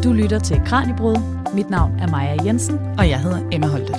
Du lytter til Kraniebrud. Mit navn er Maja Jensen. Og jeg hedder Emma Holte.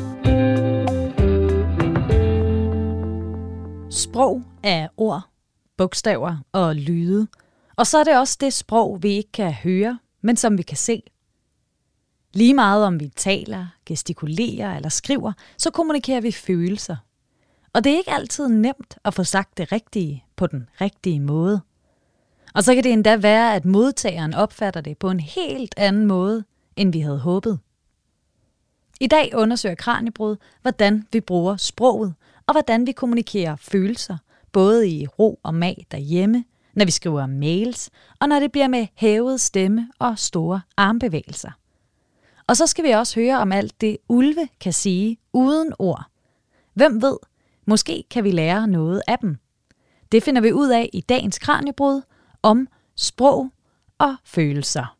Sprog er ord, bogstaver og lyde. Og så er det også det sprog, vi ikke kan høre, men som vi kan se. Lige meget om vi taler, gestikulerer eller skriver, så kommunikerer vi følelser. Og det er ikke altid nemt at få sagt det rigtige på den rigtige måde. Og så kan det endda være, at modtageren opfatter det på en helt anden måde, end vi havde håbet. I dag undersøger Kraniebrud, hvordan vi bruger sproget, og hvordan vi kommunikerer følelser, både i ro og mag derhjemme, når vi skriver mails, og når det bliver med hævet stemme og store armbevægelser. Og så skal vi også høre om alt det, ulve kan sige uden ord. Hvem ved, måske kan vi lære noget af dem. Det finder vi ud af i dagens Kraniebrud om sprog og følelser.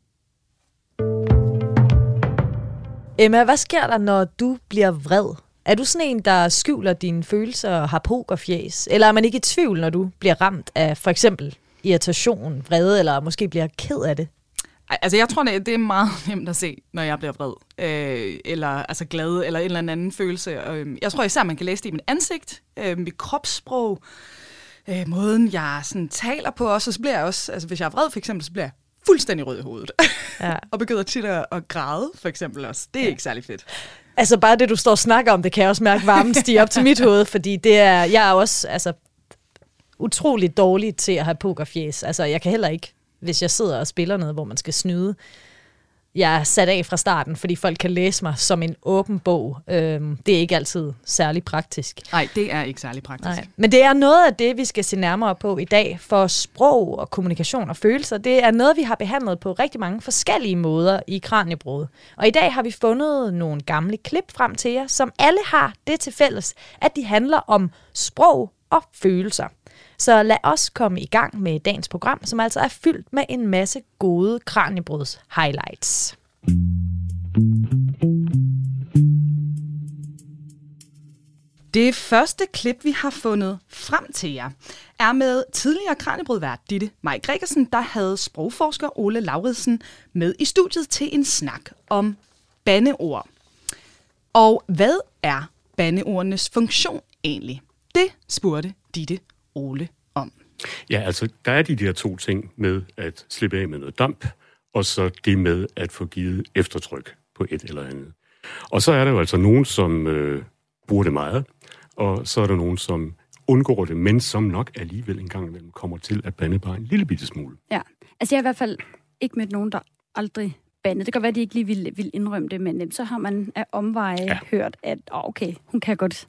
Emma, hvad sker der, når du bliver vred? Er du sådan en, der skjuler dine følelser og har pokerfjæs? Eller er man ikke i tvivl, når du bliver ramt af for eksempel irritation, vrede, eller måske bliver ked af det? Altså, jeg tror, det er meget nemt at se, når jeg bliver vred, eller altså glad, eller en eller anden følelse. Jeg tror især, man kan læse det i mit ansigt, mit kropssprog, måden, jeg sådan taler på også. Og så bliver jeg også, altså hvis jeg er vred for eksempel, så bliver jeg fuldstændig rød i hovedet. Ja. Og begynder tit at græde, for eksempel også. Det er ikke særlig fedt. Altså bare det, du står og snakker om, det kan jeg også mærke varmen stige op til mit hoved, fordi jeg er også utroligt dårlig til at have pokerfjæs. Altså jeg kan heller ikke, hvis jeg sidder og spiller noget, hvor man skal snyde. Jeg er sat af fra starten, fordi folk kan læse mig som en åben bog. Det er ikke altid særlig praktisk. Nej, det er ikke særlig praktisk. Nej. Men det er noget af det, vi skal se nærmere på i dag, for sprog og kommunikation og følelser. Det er noget, vi har behandlet på rigtig mange forskellige måder i Kraniebrud. Og i dag har vi fundet nogle gamle klip frem til jer, som alle har det til fælles, at de handler om sprog og følelser. Så lad os komme i gang med dagens program, som altså er fyldt med en masse gode Kraniebruds highlights. Det første klip, vi har fundet frem til jer, er med tidligere Kraniebrudvært Ditte Maj Gregersen, der havde sprogforsker Ole Lauridsen med i studiet til en snak om bandeord. Og hvad er bandeordenes funktion egentlig? Det spurgte Ditte Ole om. Ja, altså, der er de der to ting med at slippe af med noget damp, og så det med at få givet eftertryk på et eller andet. Og så er der jo altså nogen, som bruger det meget, og så er der nogen, som undgår det, men som nok alligevel en gang imellem kommer til at bande bare en lille bitte smule. Ja, altså jeg har i hvert fald ikke mødt nogen, der aldrig bandede. Det kan være, at de ikke lige vil indrømme det, men så har man af omveje hørt, at okay, hun kan godt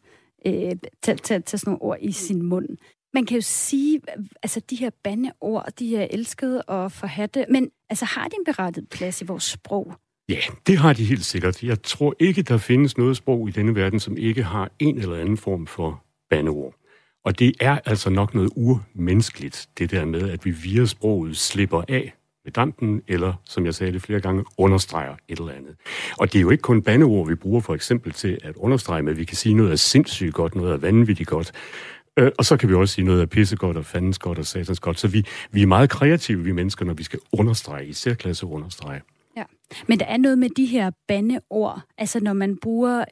tage sådan nogle ord i sin mund. Man kan jo sige, altså de her bandeord, de er elskede og forhadte, men altså har de en berettiget plads i vores sprog? Ja, det har de helt sikkert. Jeg tror ikke, der findes noget sprog i denne verden, som ikke har en eller anden form for bandeord. Og det er altså nok noget urmenneskeligt, det der med, at vi via sproget slipper af med dampen, eller, som jeg sagde det flere gange, understreger et eller andet. Og det er jo ikke kun bandeord, vi bruger for eksempel til at understrege, men vi kan sige noget af sindssygt godt, noget af vanvittigt godt. Og så kan vi også sige noget af pissegodt og fandens godt og satans godt. Så vi er meget kreative, vi mennesker, når vi skal understrege, i særklasse understrege. Ja, men der er noget med de her bandeord, altså når man bruger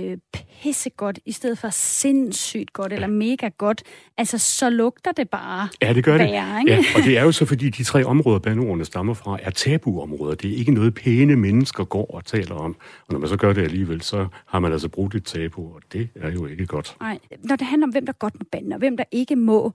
pissegodt i stedet for sindssygt godt eller mega godt, altså så lugter det bare. Ja, det gør værre, det. Ja, og det er jo så, fordi de tre områder, bandeordene stammer fra, er tabuområder. Det er ikke noget, pæne mennesker går og taler om. Og når man så gør det alligevel, så har man altså brugt et tabu, og det er jo ikke godt. Nej, når det handler om, hvem der godt må bande, og hvem der ikke må,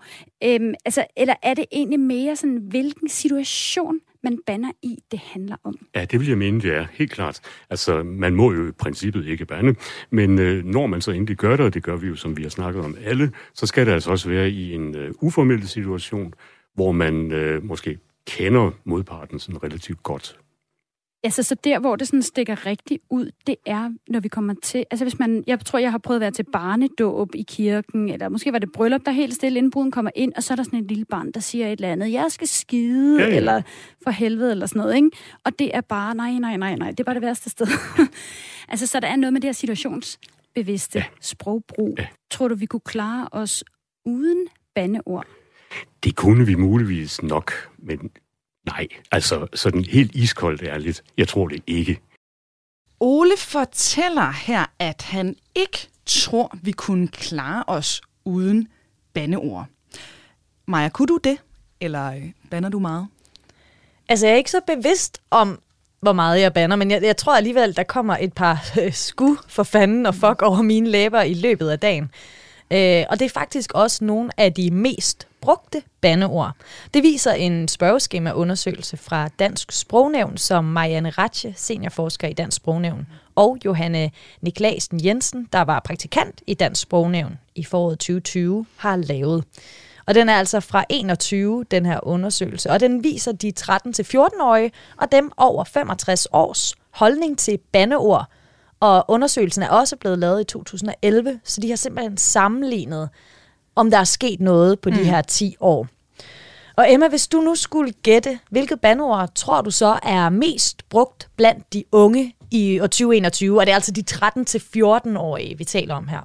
eller er det egentlig mere sådan, hvilken situation man bander i, det handler om? Ja, det vil jeg mene, det er helt klart. Altså, man må jo i princippet ikke bande, men når man så endelig gør det, og det gør vi jo, som vi har snakket om alle, så skal det altså også være i en uformel situation, hvor man måske kender modparten sådan relativt godt. Altså, så der, hvor det sådan stikker rigtig ud, det er, når vi kommer til... Altså, hvis man... Jeg tror, jeg har prøvet at være til barnedåb i kirken, eller måske var det bryllup, der helt stille, inden bruden kommer ind, og så er der sådan et lille barn, der siger et eller andet, jeg skal skide, eller for helvede, eller sådan noget, ikke? Og det er bare, nej, det er bare det værste sted. Altså, så der er noget med det her situationsbevidste sprogbrug. Ja. Tror du, vi kunne klare os uden bandeord? Det kunne vi muligvis nok, men Nej, altså sådan helt iskoldt ærligt. Jeg tror det ikke. Ole fortæller her, at han ikke tror, vi kunne klare os uden bandeord. Maja, kunne du det? Eller bander du meget? Altså, jeg er ikke så bevidst om, hvor meget jeg bander, men jeg tror alligevel, der kommer et par sku for fanden og fuck over mine læber i løbet af dagen. Og det er faktisk også nogle af de mest brugte bandeord. Det viser en spørgeskemaundersøgelse fra Dansk Sprognævn, som Marianne Ratche, seniorforsker i Dansk Sprognævn, og Johanne Niklasen Jensen, der var praktikant i Dansk Sprognævn i foråret 2020, har lavet. Og den er altså fra 21, den her undersøgelse, og den viser de 13-14-årige og dem over 65 års holdning til bandeord. Og undersøgelsen er også blevet lavet i 2011, så de har simpelthen sammenlignet, om der er sket noget på de her 10 år. Og Emma, hvis du nu skulle gætte, hvilket bandeord tror du så er mest brugt blandt de unge i år 2021? Og det er altså de 13-14-årige, vi taler om her.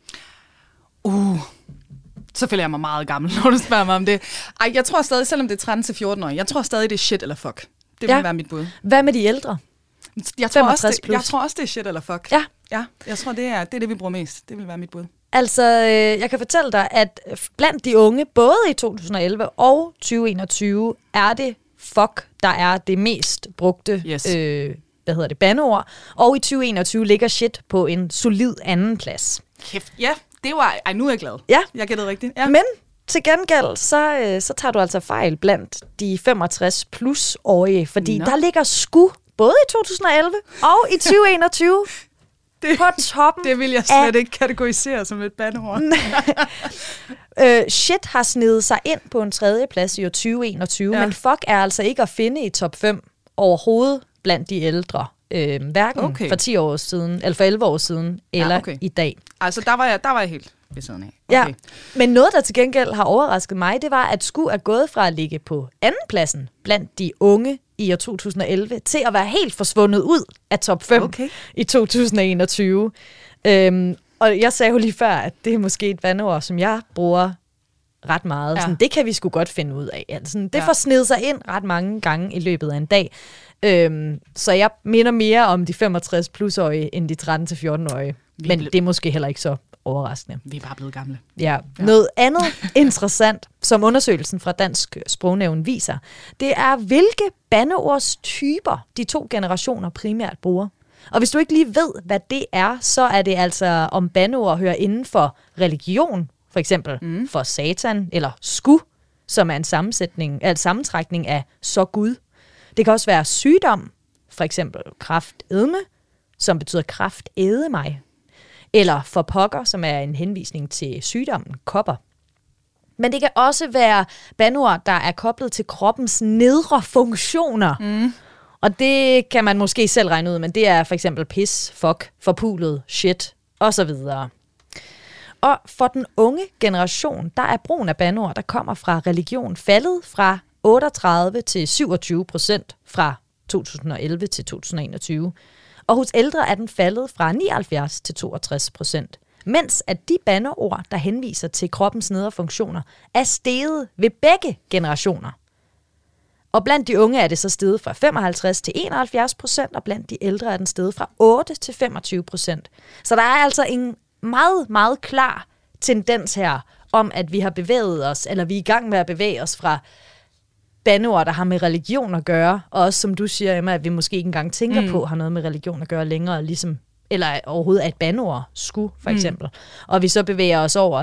Så føler jeg mig meget gammel, når du spørger mig om det. Ej, jeg tror stadig, selvom det er 13-14-årige, jeg tror stadig, det er shit eller fuck. Det vil være mit bud. Hvad med de ældre? Jeg tror også, det er shit eller fuck. Ja. Ja, jeg tror, det er det, vi bruger mest. Det vil være mit bud. Altså, jeg kan fortælle dig, at blandt de unge, både i 2011 og 2021, er det fuck, der er det mest brugte bandeord. Og i 2021 ligger shit på en solid anden plads. Kæft, ja. Det var... Ej, nu er jeg glad. Ja. Jeg gættede rigtigt. Ja. Men til gengæld, så tager du altså fejl blandt de 65-plus-årige, fordi der ligger sku både i 2011 og i 2021 på toppen. Det vil jeg slet ikke kategorisere som et bandeord. Shit har snedet sig ind på en 3. plads i år 2021, men fuck er altså ikke at finde i top 5 overhovedet blandt de ældre. Hverken for 10 år siden, eller for 11 år siden, eller i dag. Altså, der var jeg helt ved siden af. Ja, men noget, der til gengæld har overrasket mig, det var, at SKU er gået fra at ligge på andenpladsen blandt de unge i år 2011, til at være helt forsvundet ud af top 5 i 2021. Og jeg sagde jo lige før, at det er måske et bandeord, som jeg bruger ret meget. Sådan, det kan vi sgu godt finde ud af. Altså, det får snedet sig ind ret mange gange i løbet af en dag. Så jeg minder mere om de 65-plus-årige end de 13-14-årige. Men det er måske heller ikke så overraskende. Vi er bare blevet gamle. Ja. Noget andet interessant, som undersøgelsen fra Dansk Sprognævn viser, det er, hvilke bandeordstyper de 2 generationer primært bruger. Og hvis du ikke lige ved, hvad det er, så er det altså, om bandeord hører inden for religion, for eksempel for satan, eller sku, som er en sammentrækning af så Gud. Det kan også være sygdom, for eksempel kraftedme, som betyder kraftæde mig. Eller for pokker, som er en henvisning til sygdommen kopper. Men det kan også være bandeord, der er koblet til kroppens nedre funktioner. Og det kan man måske selv regne ud, men det er for eksempel pis, fuck, forpulet, shit osv. Og for den unge generation, der er brugen af bandeord, der kommer fra religion, faldet fra 38 til 27% fra 2011 til 2021. Og hos ældre er den faldet fra 79 til 62%. Mens at de bandeord, der henviser til kroppens nedre funktioner, er steget ved begge generationer. Og blandt de unge er det så steget fra 55 til 71%, og blandt de ældre er den steget fra 8 til 25%. Så der er altså en meget, meget klar tendens her om, at vi har bevæget os, eller vi er i gang med at bevæge os fra bandeord, der har med religion at gøre, og også som du siger, Emma, at vi måske ikke engang tænker på, har noget med religion at gøre længere, ligesom, eller overhovedet er et bandeord, sku for eksempel. Og vi så bevæger os over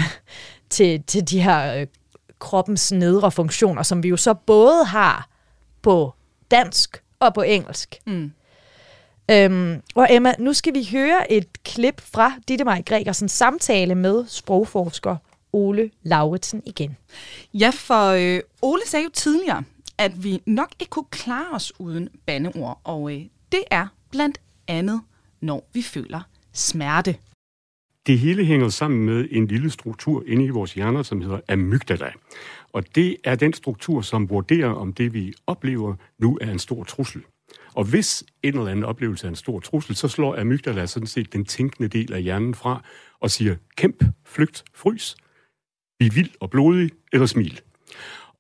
til de her kroppens nedre funktioner, som vi jo så både har på dansk og på engelsk. Og Emma, nu skal vi høre et klip fra Ditte Maj Gregersens samtale med sprogforsker Ole Lauridsen igen. Ja, for Ole sagde jo tidligere, at vi nok ikke kunne klare os uden bandeord, og det er blandt andet, når vi føler smerte. Det hele hænger sammen med en lille struktur inde i vores hjerner, som hedder amygdala. Og det er den struktur, som vurderer, om det, vi oplever nu, er en stor trussel. Og hvis en eller anden oplevelse er en stor trussel, så slår amygdala sådan set den tænkende del af hjernen fra og siger, kæmp, flygt, frys, bliv vild og blodig eller smil. Og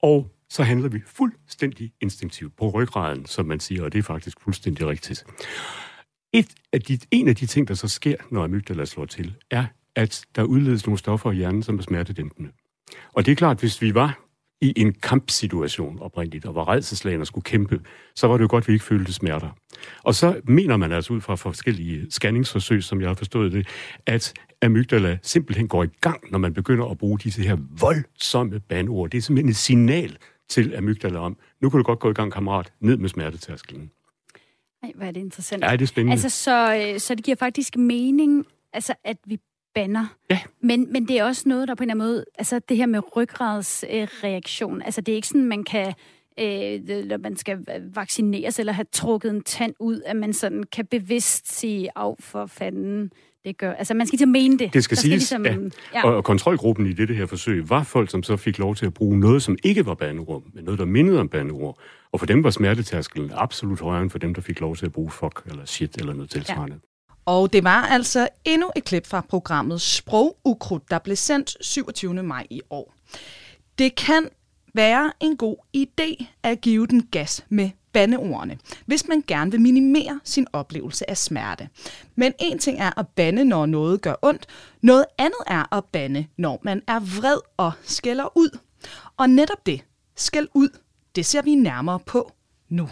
så handler vi fuldstændig instinktivt på ryggraden, som man siger, og det er faktisk fuldstændig rigtigt. En af de ting, der så sker, når amygdala slår til, er, at der udledes nogle stoffer i hjernen, som er smertedæmpende. Og det er klart, hvis vi var i en kampsituation oprindeligt, og var rædselsslagen og skulle kæmpe, så var det jo godt, at vi ikke følte smerter. Og så mener man altså ud fra forskellige scanningsforsøg, som jeg har forstået det, at amygdala simpelthen går i gang, når man begynder at bruge disse her voldsomme bandeord. Det er simpelthen et signal til amygdala om, nu kan du godt gå i gang, kammerat, ned med smertetærskelen. Ej, hvor er det interessant. Ja, det er spændende. Altså, så det giver faktisk mening, altså, at vi bander. Ja. Men det er også noget, der på en eller anden måde, altså det her med ryggradsreaktion, altså det er ikke sådan, man kan, når man skal vaccineres eller have trukket en tand ud, at man sådan kan bevidst sige, af for fanden, det gør. Altså man skal til at mene det. Det skal siges, ligesom, ja. Og kontrolgruppen i dette her forsøg var folk, som så fik lov til at bruge noget, som ikke var bandeord, men noget, der mindede om bandeord. Og for dem var smertetærskelen absolut højere end for dem, der fik lov til at bruge fuck eller shit eller noget tilsvarende. Ja. Og det var altså endnu et klip fra programmet Sprogukrudt, der blev sendt 27. maj i år. Det kan være en god idé at give den gas med bandeordene, hvis man gerne vil minimere sin oplevelse af smerte. Men en ting er at bande, når noget gør ondt. Noget andet er at bande, når man er vred og skælder ud. Og netop det, skæld ud, det ser vi nærmere på nu.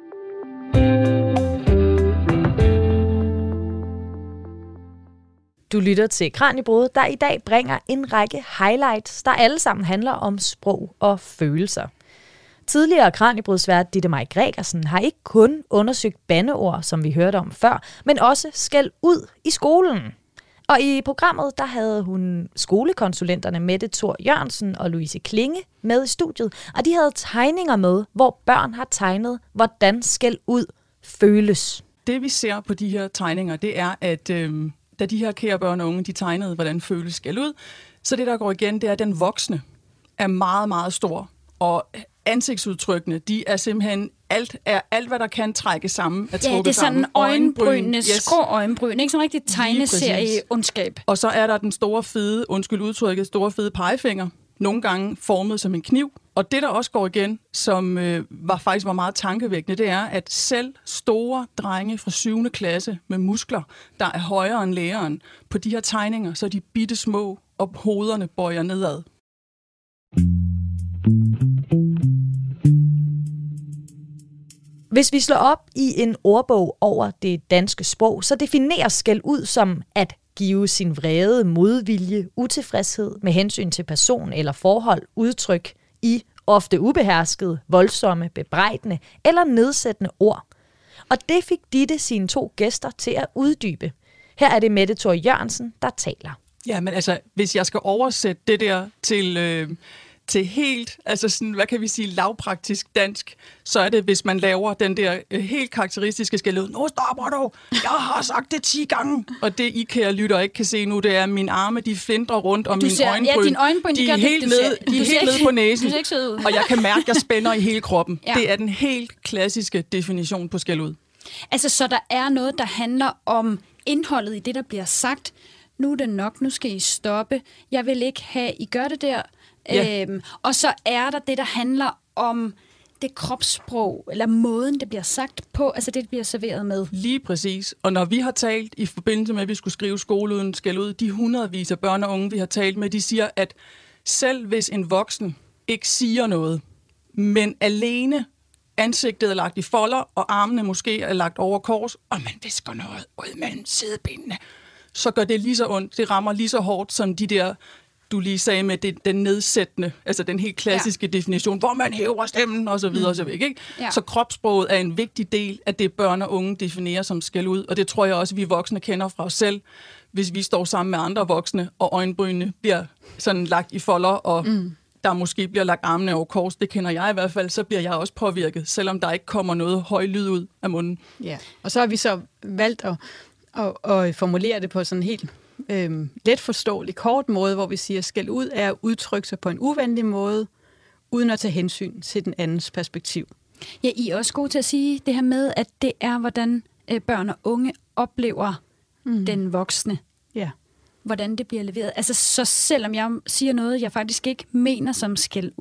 Du lytter til Kraniebrud, der i dag bringer en række highlights, der alle sammen handler om sprog og følelser. Tidligere Kraniebrudsvært Ditte Maj Gregersen har ikke kun undersøgt bandeord, som vi hørte om før, men også skæld ud i skolen. Og i programmet, der havde hun skolekonsulenterne Mette Thor Jørgensen og Louise Klinge med i studiet, og de havde tegninger med, hvor børn har tegnet, hvordan skæld ud føles. Det vi ser på de her tegninger, det er, at da de her kære børn og unge, de tegnede, hvordan føles skæld ud, så det, der går igen, det er, at den voksne er meget, meget stor, og ansigtsudtrykkene, de er simpelthen alt, hvad der kan trække sammen, er trukket sammen. Ja, det er sådan øjenbrynene, skråøjenbryn, ikke sådan rigtig tegneserie-ondskab. Og så er der den store fede, undskyld udtrykket, store fede pegefinger, nogle gange formet som en kniv. Og det, der også går igen, som faktisk var meget tankevækkende, det er, at selv store drenge fra 7. klasse med muskler, der er højere end læreren, på de her tegninger, så er de bitte små, og hovederne bøjer nedad. Hvis vi slår op i en ordbog over det danske sprog, så defineres skæld ud som at give sin vrede, modvilje, utilfredshed med hensyn til person eller forhold udtryk i ofte ubeherskede, voldsomme, bebrejdende eller nedsættende ord. Og det fik Ditte sine 2 gæster til at uddybe. Her er det Mette Thor Jørgensen, der taler. Ja, men altså, hvis jeg skal oversætte det der til helt, altså sådan, hvad kan vi sige, lavpraktisk dansk, så er det, hvis man laver den der helt karakteristiske skæld ud. Nu stopper du! Jeg har sagt det 10 gange! Og det, I kære lytter ikke kan se nu, det er, at mine arme, de flindrer rundt om mine øjenbryn. Ja, dine øjenbryn, de er helt nede på næsen. Og jeg kan mærke, at jeg spænder i hele kroppen. Ja. Det er den helt klassiske definition på skæld ud. Altså, så der er noget, der handler om indholdet i det, der bliver sagt. Nu er det nok, nu skal I stoppe. Jeg vil ikke have, I gør det der. Ja. Og så er der det, der handler om det kropssprog, eller måden, det bliver sagt på, altså det bliver serveret med. Lige præcis. Og når vi har talt i forbindelse med, at vi skulle skrive skole uden skæld ud, de hundredvis af børn og unge, vi har talt med, de siger, at selv hvis en voksen ikke siger noget, men alene ansigtet er lagt i folder, og armene måske er lagt over kors, og man visker noget ud mellem sidebenene, så gør det lige så ondt. Det rammer lige så hårdt som de der, du lige sagde med den nedsættende, altså den helt klassiske definition, hvor man hæver stemmen og så videre og så videre, ikke? Ja. Så kropssproget er en vigtig del af det, børn og unge definerer som skæld ud, og det tror jeg også, vi voksne kender fra os selv, hvis vi står sammen med andre voksne, og øjenbrynene bliver sådan lagt i folder, og der måske bliver lagt armene over kors, det kender jeg i hvert fald, så bliver jeg også påvirket, selvom der ikke kommer noget høj lyd ud af munden. Ja, og så har vi så valgt at formulere det på sådan en helt let forståelig, kort måde, hvor vi siger, at skæld ud er at udtrykke sig på en uvenlig måde, uden at tage hensyn til den andens perspektiv. Ja, I er også gode til at sige det her med, at det er, hvordan børn og unge oplever den voksne. Ja. Hvordan det bliver leveret. Altså, så selvom jeg siger noget, jeg faktisk ikke mener som skæld ud,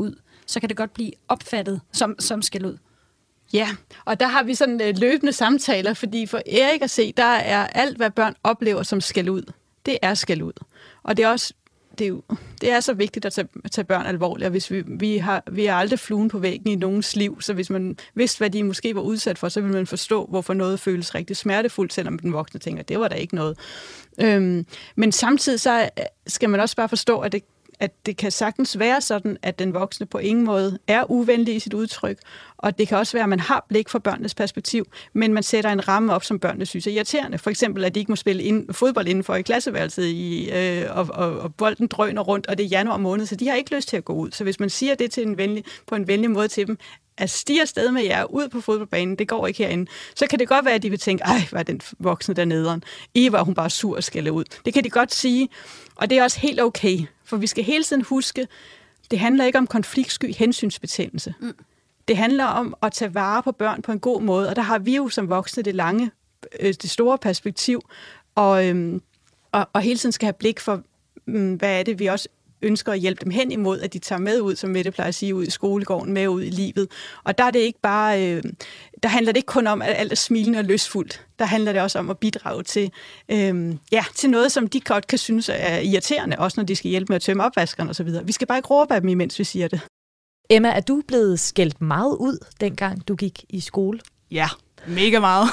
så kan det godt blive opfattet som skældud. Ja, og der har vi sådan løbende samtaler, fordi for Erik at se, der er alt, hvad børn oplever som skældud. Det er skældud. Og det er også det er så vigtigt at tage børn alvorligt, og hvis vi har aldrig fluen på væggen i nogens liv, så hvis man vidste, hvad de måske var udsat for, så ville man forstå, hvorfor noget føles rigtig smertefuldt, selvom den voksne tænker, det var da ikke noget. Men samtidig så skal man også bare forstå, at det kan sagtens være sådan, at den voksne på ingen måde er uvenlig i sit udtryk, og det kan også være, at man har blik for børnenes perspektiv, men man sætter en ramme op, som børnene synes er irriterende. For eksempel, at de ikke må spille fodbold indenfor i klasseværelset, og bolden drøner rundt, og det er januar måned, så de har ikke lyst til at gå ud. Så hvis man siger det til på en venlig måde til dem, at stige afsted med jer ud på fodboldbanen, det går ikke herinde, så kan det godt være, at de vil tænke, ej, hvad er den voksne dernede? Eva, hun bare sur og skælder ud. Det kan de godt sige, og det er også helt okay, for vi skal hele tiden huske, det handler ikke om konfliktsky hensynsbetændelse. Det handler om at tage vare på børn på en god måde, og der har vi jo som voksne det store perspektiv, og hele tiden skal have blik for, hvad er det, vi også ønsker at hjælpe dem hen imod, at de tager med ud, som Mette plejer at sige, ud i skolegården, med ud i livet. Og der er det ikke bare, der handler det ikke kun om, at alt er smilende og lystfuldt. Der handler det også om at bidrage til noget, som de godt kan synes er irriterende, også når de skal hjælpe med at tømme opvaskeren osv. Vi skal bare ikke råbe af dem, imens vi siger det. Emma, er du blevet skældt meget ud, dengang du gik i skole? Ja, mega meget.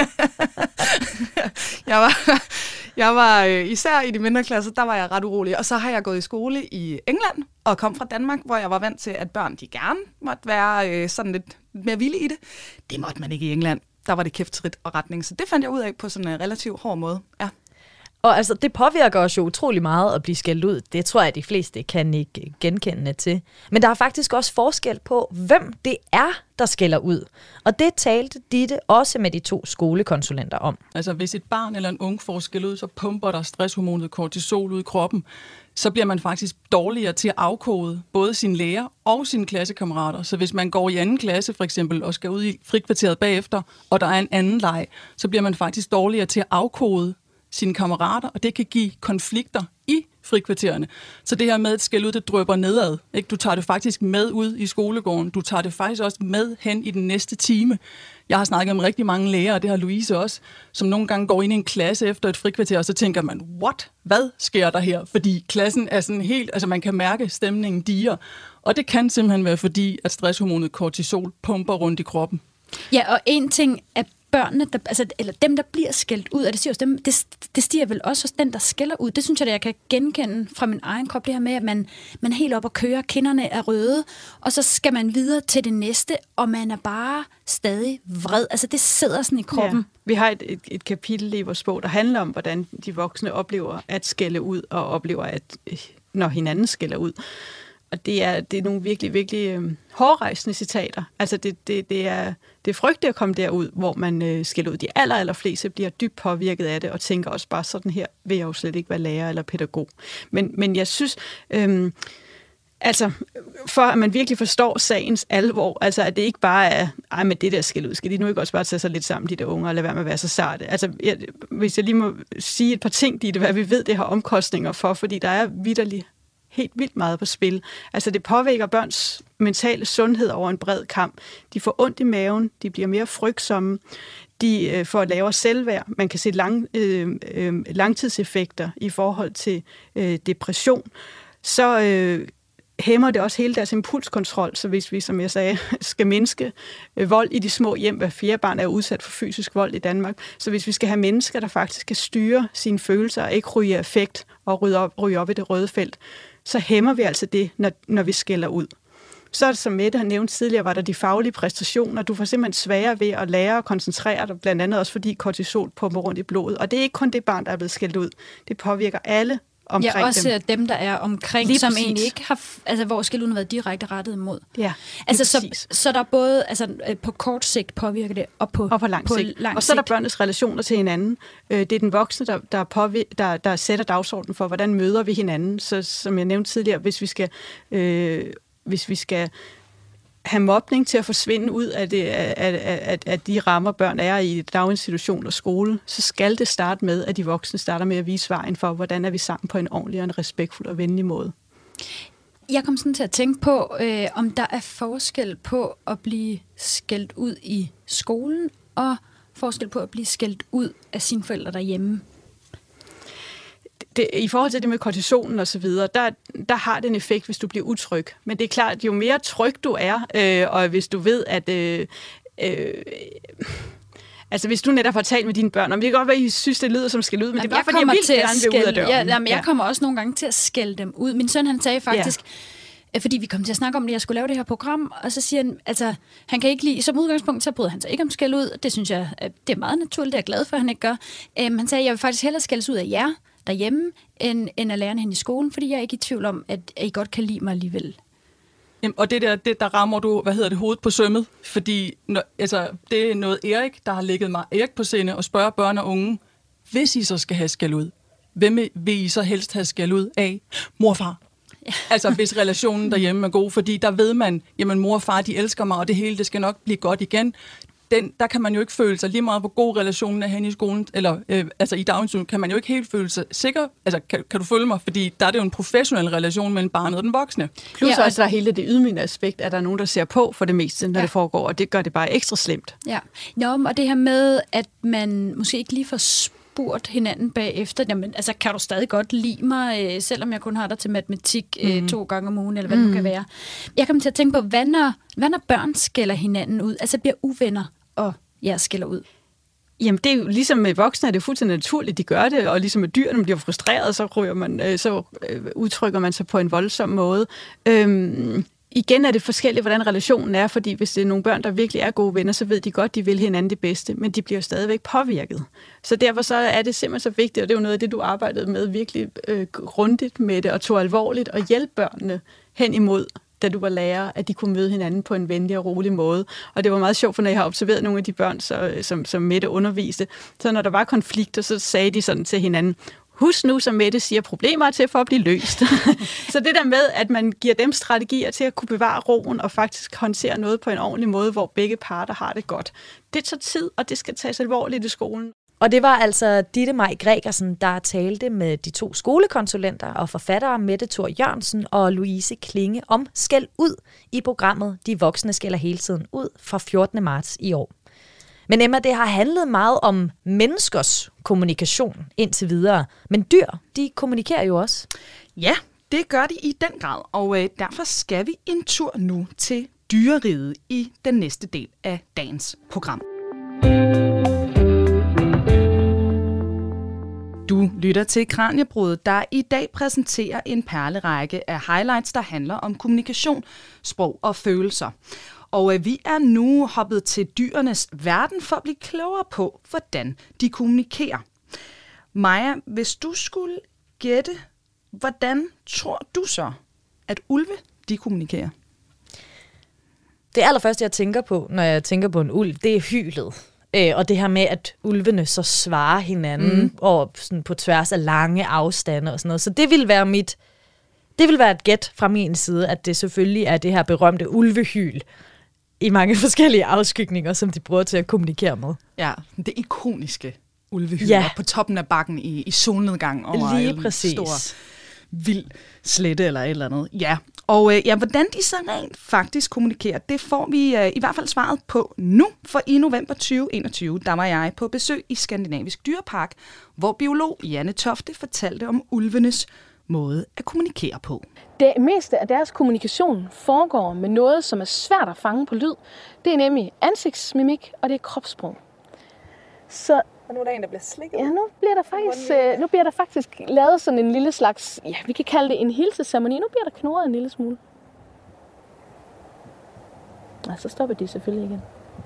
Jeg var især i de mindre klasser, der var jeg ret urolig. Og så har jeg gået i skole i England og kom fra Danmark, hvor jeg var vant til, at børn de gerne måtte være sådan lidt mere vilde i det. Det måtte man ikke i England. Der var det kæftrit og retning, så det fandt jeg ud af på sådan en relativt hård måde. Ja. Og altså, det påvirker os jo utrolig meget at blive skældt ud. Det tror jeg, de fleste kan ikke genkende til. Men der er faktisk også forskel på, hvem det er, der skælder ud. Og det talte Ditte også med de 2 skolekonsulenter om. Altså, hvis et barn eller en ung får skæld ud, så pumper der stresshormonet kortisol ud i kroppen. Så bliver man faktisk dårligere til at afkode både sine lærer og sine klassekammerater. Så hvis man går i anden klasse for eksempel og skal ud i frikvarteret bagefter, og der er en anden leg, så bliver man faktisk dårligere til at afkode sine kammerater, og det kan give konflikter i frikvartererne. Så det her med, at skæld ud, det drypper nedad. Ikke? Du tager det faktisk med ud i skolegården. Du tager det faktisk også med hen i den næste time. Jeg har snakket med rigtig mange lærere, og det har Louise også, som nogle gange går ind i en klasse efter et frikvarter, og så tænker man, what? Hvad sker der her? Fordi klassen er sådan helt, altså man kan mærke stemningen diger. Og det kan simpelthen være fordi, at stresshormonet kortisol pumper rundt i kroppen. Ja, og en ting er børnene, eller dem, der bliver skældt ud, og det siger også dem, det stiger vel også hos den, der skælder ud. Det synes jeg, at jeg kan genkende fra min egen krop, det her med, at man er helt op og kører, kinderne er røde, og så skal man videre til det næste, og man er bare stadig vred. Altså, det sidder sådan i kroppen. Ja. Vi har et kapitel i vores bog, der handler om, hvordan de voksne oplever at skælde ud, og oplever, at når hinanden skælder ud. Og det er nogle virkelig, virkelig hårdrejsende citater. Altså, det er frygteligt at komme derud, hvor man skælder ud. De allerfleste bliver dybt påvirket af det, og tænker også bare, sådan her vil jeg jo slet ikke være lærer eller pædagog. Men jeg synes, altså, for at man virkelig forstår sagens alvor, altså at det ikke bare er, med det der skæld ud, skal de nu ikke også bare tage sig lidt sammen, de der unge, og lade være med at være så sarte. Altså, hvis jeg lige må sige et par ting, hvad vi ved, det har omkostninger for, fordi der er vitterligt helt vildt meget på spil. Altså det påvirker børns mentale sundhed over en bred kamp. De får ondt i maven, de bliver mere frygtsomme, de får lavere selvværd. Man kan se langtidseffekter i forhold til depression. Så hæmmer det også hele deres impulskontrol, så hvis vi, som jeg sagde, skal mindske vold i de små hjem, hver 4. barn er udsat for fysisk vold i Danmark, så hvis vi skal have mennesker, der faktisk kan styre sine følelser og ikke ryge affekt og ryge op i det røde felt, så hæmmer vi altså det, når vi skælder ud. Så er det, som Mette har nævnt tidligere, var der de faglige præstationer. Du får simpelthen sværere ved at lære og koncentrere dig, blandt andet også fordi kortisol pumper rundt i blodet. Og det er ikke kun det barn, der er blevet skældt ud. Det påvirker alle omkring dem. Ja, også dem, der er omkring, lige som præcis. Egentlig ikke har, altså hvor skælduden har været direkte rettet imod. Ja, altså så der er både, altså på kort sigt påvirker det, og på lang sigt. Og så er der børnenes relationer til hinanden. Det er den voksne, der sætter dagsordenen for, hvordan møder vi hinanden. Så som jeg nævnte tidligere, hvis vi skal have mobning til at forsvinde ud af de rammer, børn er i daginstitution og skole, så skal det starte med, at de voksne starter med at vise vejen for, hvordan er vi sammen på en ordentlig og en respektfuld og venlig måde. Jeg kom sådan til at tænke på, om der er forskel på at blive skældt ud i skolen, og forskel på at blive skældt ud af sine forældre derhjemme. I forhold til det med kortisonen og så videre, der har det en effekt, hvis du bliver utryg. Men det er klart, at jo mere tryg du er, og hvis du ved, at... altså, hvis du netop har talt med dine børn, og det kan godt være, at I synes, det lyder som skæld ud, men det er bare, fordi jeg vildt gerne vil ud af døren. Jeg kommer også nogle gange til at skælde dem ud. Min søn, han sagde faktisk, fordi vi kom til at snakke om det, jeg skulle lave det her program, og så siger han, altså, han kan ikke lide, som udgangspunkt, så bryder han sig ikke om skæld ud. Det synes jeg, det er meget naturligt, det er jeg glad for, at han ikke gør. Han sagde, jeg vil faktisk hellere skældes ud af jer derhjemme, end at lære hende i skolen, fordi jeg er ikke i tvivl om, at I godt kan lide mig alligevel. Jamen, og det der rammer du, hovedet på sømmet, fordi det er noget Erik, der har ligget mig Erik på sinde, og spørger børn og unge, hvis I så skal have skæld ud, hvem vil I så helst have skæld ud af? Mor og far. Ja. Altså, hvis relationen derhjemme er god, fordi der ved man, jamen mor og far, de elsker mig, og det hele, det skal nok blive godt igen. Der kan man jo ikke føle sig lige meget, hvor god relationen er hen i skolen, eller i daginstitutionen, kan man jo ikke helt føle sig sikker. Altså, kan du følge mig? Fordi der er det jo en professionel relation mellem barnet og den voksne. Plus også, der er hele det ydmygende aspekt, at der er nogen, der ser på for det meste, når det foregår, og det gør det bare ekstra slemt. Ja, og det her med, at man måske ikke lige får spurgt hinanden bagefter, jamen, altså, kan du stadig godt lide mig, selvom jeg kun har dig til matematik 2 gange om ugen, eller hvad det nu kan være. Jeg kommer til at tænke på, hvad når børn skælder hinanden ud, altså bliver uvenner, og jeg skælder ud? Jamen, det er jo ligesom med voksne, er det jo fuldstændig naturligt, de gør det, og ligesom med dyr, når man bliver frustreret, så udtrykker man sig på en voldsom måde. Igen er det forskelligt, hvordan relationen er, fordi hvis det er nogle børn, der virkelig er gode venner, så ved de godt, de vil hinanden det bedste, men de bliver stadigvæk påvirket. Så derfor så er det simpelthen så vigtigt, og det er jo noget af det, du arbejdede med virkelig grundigt med det, og tog alvorligt, og hjælpe børnene hen imod, da du var lærer, at de kunne møde hinanden på en venlig og rolig måde. Og det var meget sjovt, for når jeg har observeret nogle af de børn, som Mette underviste, så når der var konflikter, så sagde de sådan til hinanden, husk nu, som Mette siger, problemer er til for at blive løst. Så det der med, at man giver dem strategier til at kunne bevare roen og faktisk håndtere noget på en ordentlig måde, hvor begge parter har det godt. Det tager tid, og det skal tages alvorligt i skolen. Og det var altså Ditte Maj Gregersen, der talte med de 2 skolekonsulenter og forfattere Mette Thor Jørgensen og Louise Klinge om skæld ud i programmet De Voksne Skælder Hele Tiden Ud fra 14. marts i år. Men Emma, det har handlet meget om menneskers kommunikation indtil videre. Men dyr, de kommunikerer jo også. Ja, det gør de i den grad, og derfor skal vi en tur nu til dyreriget i den næste del af dagens program. Du lytter til Kraniebruddet, der i dag præsenterer en perlerække af highlights, der handler om kommunikation, sprog og følelser. Og vi er nu hoppet til dyrenes verden for at blive klogere på, hvordan de kommunikerer. Maja, hvis du skulle gætte, hvordan tror du så, at ulve de kommunikerer? Det allerførste, jeg tænker på, når jeg tænker på en ulv, det er hylet. Og det her med, at ulvene så svarer hinanden og sådan på tværs af lange afstande og sådan noget. Så det vil være et gæt fra min side, at det selvfølgelig er det her berømte ulvehyl i mange forskellige afskygninger, som de bruger til at kommunikere med. Ja, det ikoniske ulvehyl på toppen af bakken i solnedgang over en stor vild slette eller et eller andet. Ja, og hvordan de så rent faktisk kommunikerer, det får vi i hvert fald svaret på nu. For i november 2021, der var jeg på besøg i Skandinavisk Dyrepark, hvor biolog Janne Tofte fortalte om ulvenes måde at kommunikere på. Det meste af deres kommunikation foregår med noget, som er svært at fange på lyd. Det er nemlig ansigtsmimik, og det er kropssprog. Så og nu er der en, der bliver slikket. Ja, nu bliver der faktisk lavet sådan en lille slags, ja, vi kan kalde det en hilseceremoni. Nu bliver der knurret en lille smule. Og så stopper de selvfølgelig igen.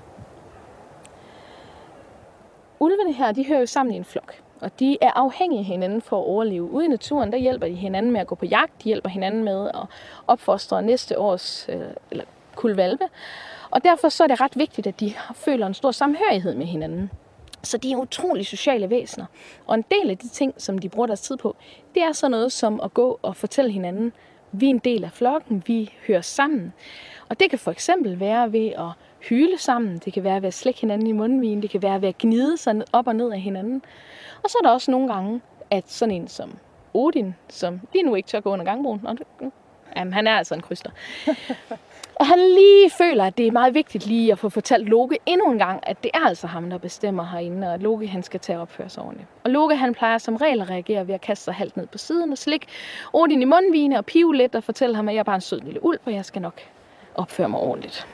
Ulvene her, de hører jo sammen i en flok. Og de er afhængige af hinanden for at overleve. Ude i naturen, der hjælper de hinanden med at gå på jagt. De hjælper hinanden med at opfostre næste års kulvalpe. Og derfor så er det ret vigtigt, at de føler en stor samhørighed med hinanden. Så de er utrolig sociale væsener. Og en del af de ting, som de bruger deres tid på, det er sådan noget som at gå og fortælle hinanden, vi er en del af flokken, vi hører sammen. Og det kan for eksempel være ved at hyle sammen, det kan være ved at slikke hinanden i mundvigen, det kan være ved at gnide sig op og ned af hinanden. Og så er der også nogle gange, at sådan en som Odin, som lige nu ikke tør gå under gangbroen, Jamen, han er altså en kryster. Og han lige føler, at det er meget vigtigt lige at få fortalt Loke endnu en gang, at det er altså ham, der bestemmer herinde, og at Loke han skal til at opføre sig ordentligt. Og Loke han plejer som regel at reagere ved at kaste sig halvt ned på siden og slikke Odin i mundvigene og pive lidt og fortælle ham, at jeg er bare en sød lille ulv, og jeg skal nok opføre mig ordentligt.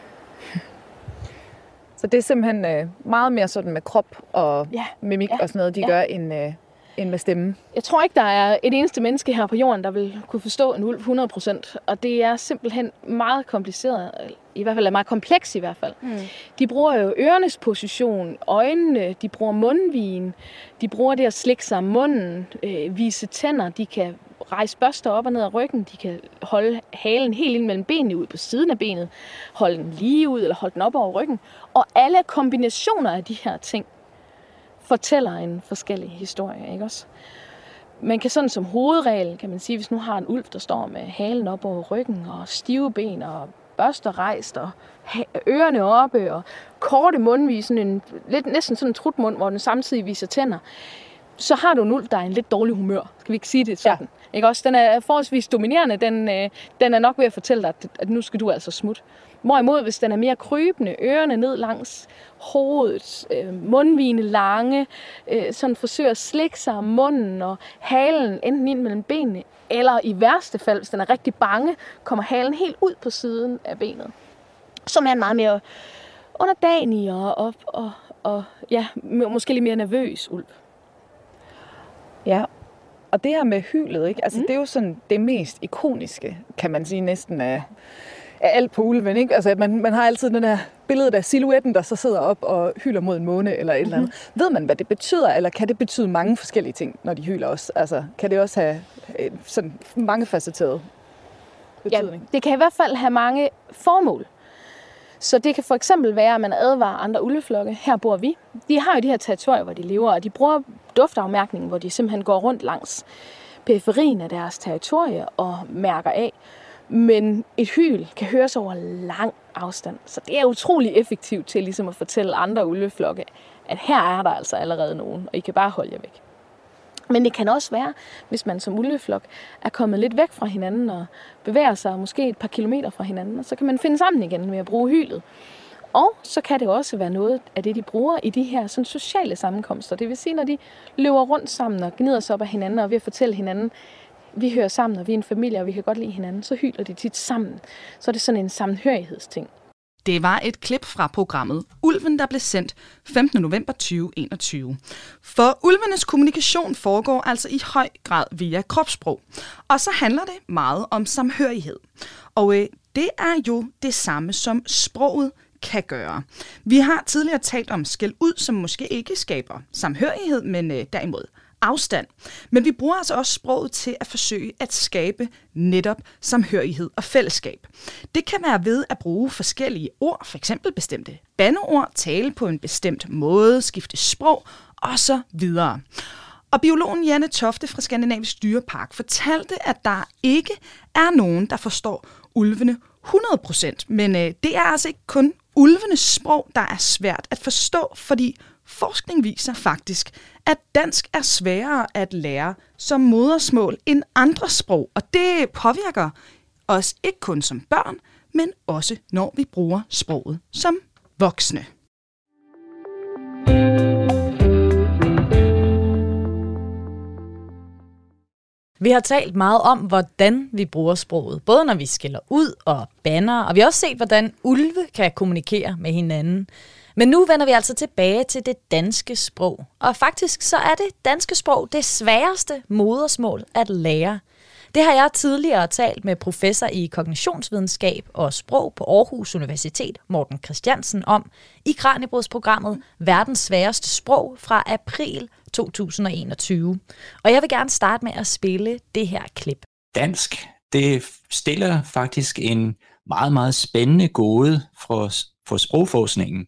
Så det er simpelthen meget mere sådan med krop og mimik og sådan noget, de gør, end med stemme. Jeg tror ikke, der er et eneste menneske her på jorden, der vil kunne forstå en ulv 100%. Og det er simpelthen meget kompliceret. I hvert fald er meget kompleks i hvert fald. De bruger jo ørenes position, øjnene, de bruger mundvigen, de bruger det at slikke sig om munden, vise tænder, de kan rejse børster op og ned af ryggen, de kan holde halen helt ind mellem benene ud på siden af benet, holde den lige ud eller holde den op over ryggen. Og alle kombinationer af de her ting fortæller en forskellig historie, ikke også? Man kan sådan som hovedregel, kan man sige, hvis nu har en ulv, der står med halen op over ryggen og stive ben og børster rejst og ørerne oppe og korte mundvige, sådan en, næsten sådan en trutmund, hvor den samtidig viser tænder, så har du en ulv, der er en lidt dårlig humør. Skal vi ikke sige det sådan? Ja. Ikke også? Den er forholdsvis dominerende. Den er nok ved at fortælle dig, at nu skal du altså smutte. Hvorimod, hvis den er mere krybende, ørerne ned langs hovedet, mundvigene lange, sådan forsøger at slikke sig om munden og halen enten ind mellem benene, eller i værste fald, hvis den er rigtig bange, kommer halen helt ud på siden af benet. Som er en meget mere underdanig og måske lidt mere nervøs ulv. Ja, og det her med hylet, ikke? Altså, det er jo sådan det mest ikoniske, kan man sige, næsten af alt på ulven, ikke? Altså, man har altid den der billede af silhuetten, der så sidder op og hyler mod en måne eller et eller andet. Ved man, hvad det betyder, eller kan det betyde mange forskellige ting, når de hyler også? Altså, kan det også have sådan mangefacetteret betydning? Ja, det kan i hvert fald have mange formål. Så det kan for eksempel være, at man advarer andre ulveflokke. Her bor vi. De har jo de her territorier, hvor de lever, og de bruger duftafmærkningen, hvor de simpelthen går rundt langs periferien af deres territorier og mærker af. Men et hyl kan høres over lang afstand, så det er utrolig effektivt til ligesom at fortælle andre ulveflokke, at her er der altså allerede nogen, og I kan bare holde jer væk. Men det kan også være, hvis man som ulveflok er kommet lidt væk fra hinanden og bevæger sig måske et par kilometer fra hinanden, og så kan man finde sammen igen med at bruge hylet. Og så kan det også være noget af det, de bruger i de her sådan sociale sammenkomster. Det vil sige, når de løber rundt sammen og gnider sig op af hinanden og ved at fortælle hinanden, vi hører sammen, og vi er en familie, og vi kan godt lide hinanden, så hyler de tit sammen. Så er det sådan en sammenhørighedsting. Det var et klip fra programmet Ulven, der blev sendt 15. november 2021. For ulvenes kommunikation foregår altså i høj grad via kropssprog. Og så handler det meget om samhørighed. Og det er jo det samme, som sproget kan gøre. Vi har tidligere talt om skæld ud, som måske ikke skaber samhørighed, men derimod afstand. Men vi bruger altså også sproget til at forsøge at skabe netop samhørighed og fællesskab. Det kan være ved at bruge forskellige ord, f.eks. bestemte bandeord, tale på en bestemt måde, skifte sprog og så videre. Og biologen Janne Tofte fra Skandinavisk Dyrepark fortalte, at der ikke er nogen, der forstår ulvene 100%. Men det er altså ikke kun ulvenes sprog, der er svært at forstå, fordi forskning viser faktisk, at dansk er sværere at lære som modersmål end andre sprog. Og det påvirker os ikke kun som børn, men også når vi bruger sproget som voksne. Vi har talt meget om, hvordan vi bruger sproget, både når vi skiller ud og bander, og vi har også set, hvordan ulve kan kommunikere med hinanden. Men nu vender vi altså tilbage til det danske sprog. Og faktisk så er det danske sprog det sværeste modersmål at lære. Det har jeg tidligere talt med professor i kognitionsvidenskab og sprog på Aarhus Universitet, Morten Christiansen, om i Kraniebrudprogrammet Verdens sværeste sprog fra april 2021. Og jeg vil gerne starte med at spille det her klip. Dansk, det stiller faktisk en meget, meget spændende gåde for sprogforskningen.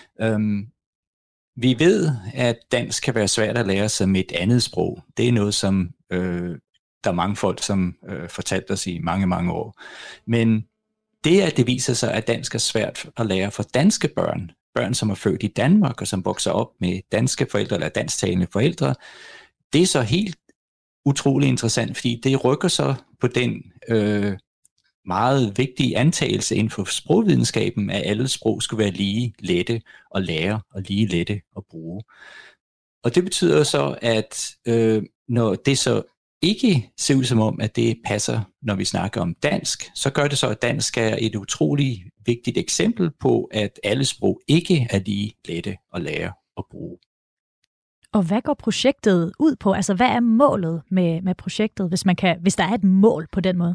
Vi ved, at dansk kan være svært at lære som et andet sprog. Det er noget, som der er mange folk, som fortalte os i mange, mange år. Men det, at det viser sig, at dansk er svært at lære for danske børn, børn, som er født i Danmark og som vokser op med danske forældre eller dansktalende forældre, det er så helt utrolig interessant, fordi det rykker så på den meget vigtig antagelse inden for sprogvidenskaben, at alle sprog skulle være lige lette at lære og lige lette at bruge. Og det betyder så, at når det så ikke ser ud som om, at det passer, når vi snakker om dansk, så gør det så, at dansk er et utroligt vigtigt eksempel på, at alle sprog ikke er lige lette at lære at bruge. Og hvad går projektet ud på? Altså, hvad er målet med projektet, hvis der er et mål på den måde?